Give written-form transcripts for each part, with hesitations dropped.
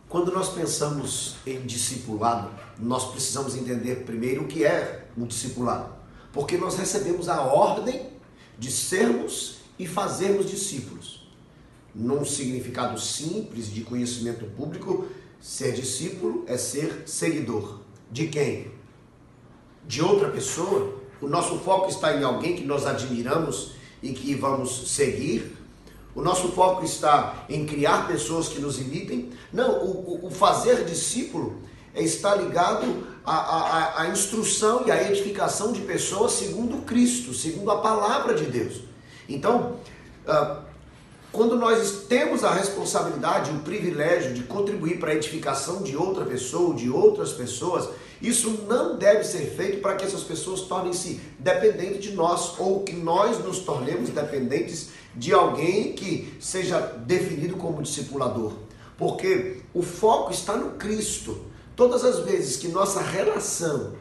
Quando nós pensamos em discipulado, nós precisamos entender primeiro o que é um discipulado. Porque nós recebemos a ordem de sermos e fazermos discípulos. Num significado simples de conhecimento público, ser discípulo é ser seguidor. De quem? De outra pessoa? O nosso foco está em alguém que nós admiramos e que vamos seguir? O nosso foco está em criar pessoas que nos imitem? Não, o fazer discípulo está ligado à instrução e à edificação de pessoas segundo Cristo, segundo a palavra de Deus. Então, quando nós temos a responsabilidade, o privilégio de contribuir para a edificação de outra pessoa, de outras pessoas, isso não deve ser feito para que essas pessoas tornem-se dependentes de nós ou que nós nos tornemos dependentes de alguém que seja definido como discipulador. Porque o foco está no Cristo. Todas as vezes que nossa relação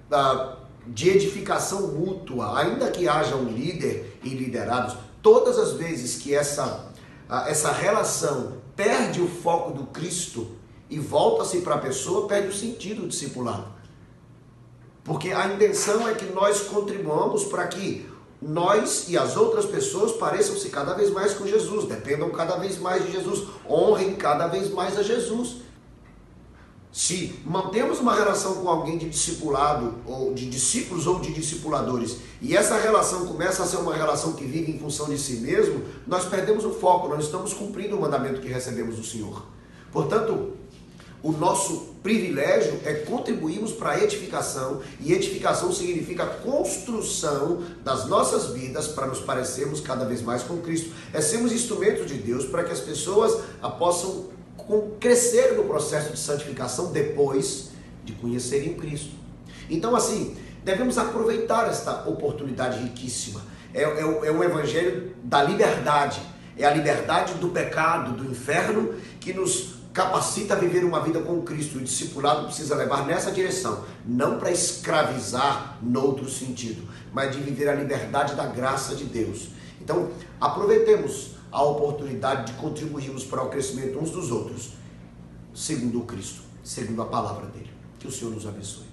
de edificação mútua, ainda que haja um líder e liderados, todas as vezes que essa relação perde o foco do Cristo e volta-se para a pessoa, perde o sentido do discipulado. Porque a intenção é que nós contribuamos para que nós e as outras pessoas pareçam-se cada vez mais com Jesus, dependam cada vez mais de Jesus, honrem cada vez mais a Jesus. Se mantemos uma relação com alguém de discipulado, ou de discípulos ou de discipuladores, e essa relação começa a ser uma relação que vive em função de si mesmo, nós perdemos o foco, nós estamos cumprindo o mandamento que recebemos do Senhor. Portanto, o nosso privilégio é contribuirmos para a edificação, e edificação significa construção das nossas vidas para nos parecermos cada vez mais com Cristo. É sermos instrumentos de Deus para que as pessoas possam crescer no processo de santificação depois de conhecerem Cristo. Então, assim, devemos aproveitar esta oportunidade riquíssima. É um evangelho da liberdade, é a liberdade do pecado, do inferno, que nos capacita a viver uma vida com Cristo. O discipulado precisa levar nessa direção, não para escravizar noutro sentido, mas de viver a liberdade da graça de Deus. Então, aproveitemos a oportunidade de contribuirmos para o crescimento uns dos outros, segundo o Cristo, segundo a palavra dele. Que o Senhor nos abençoe.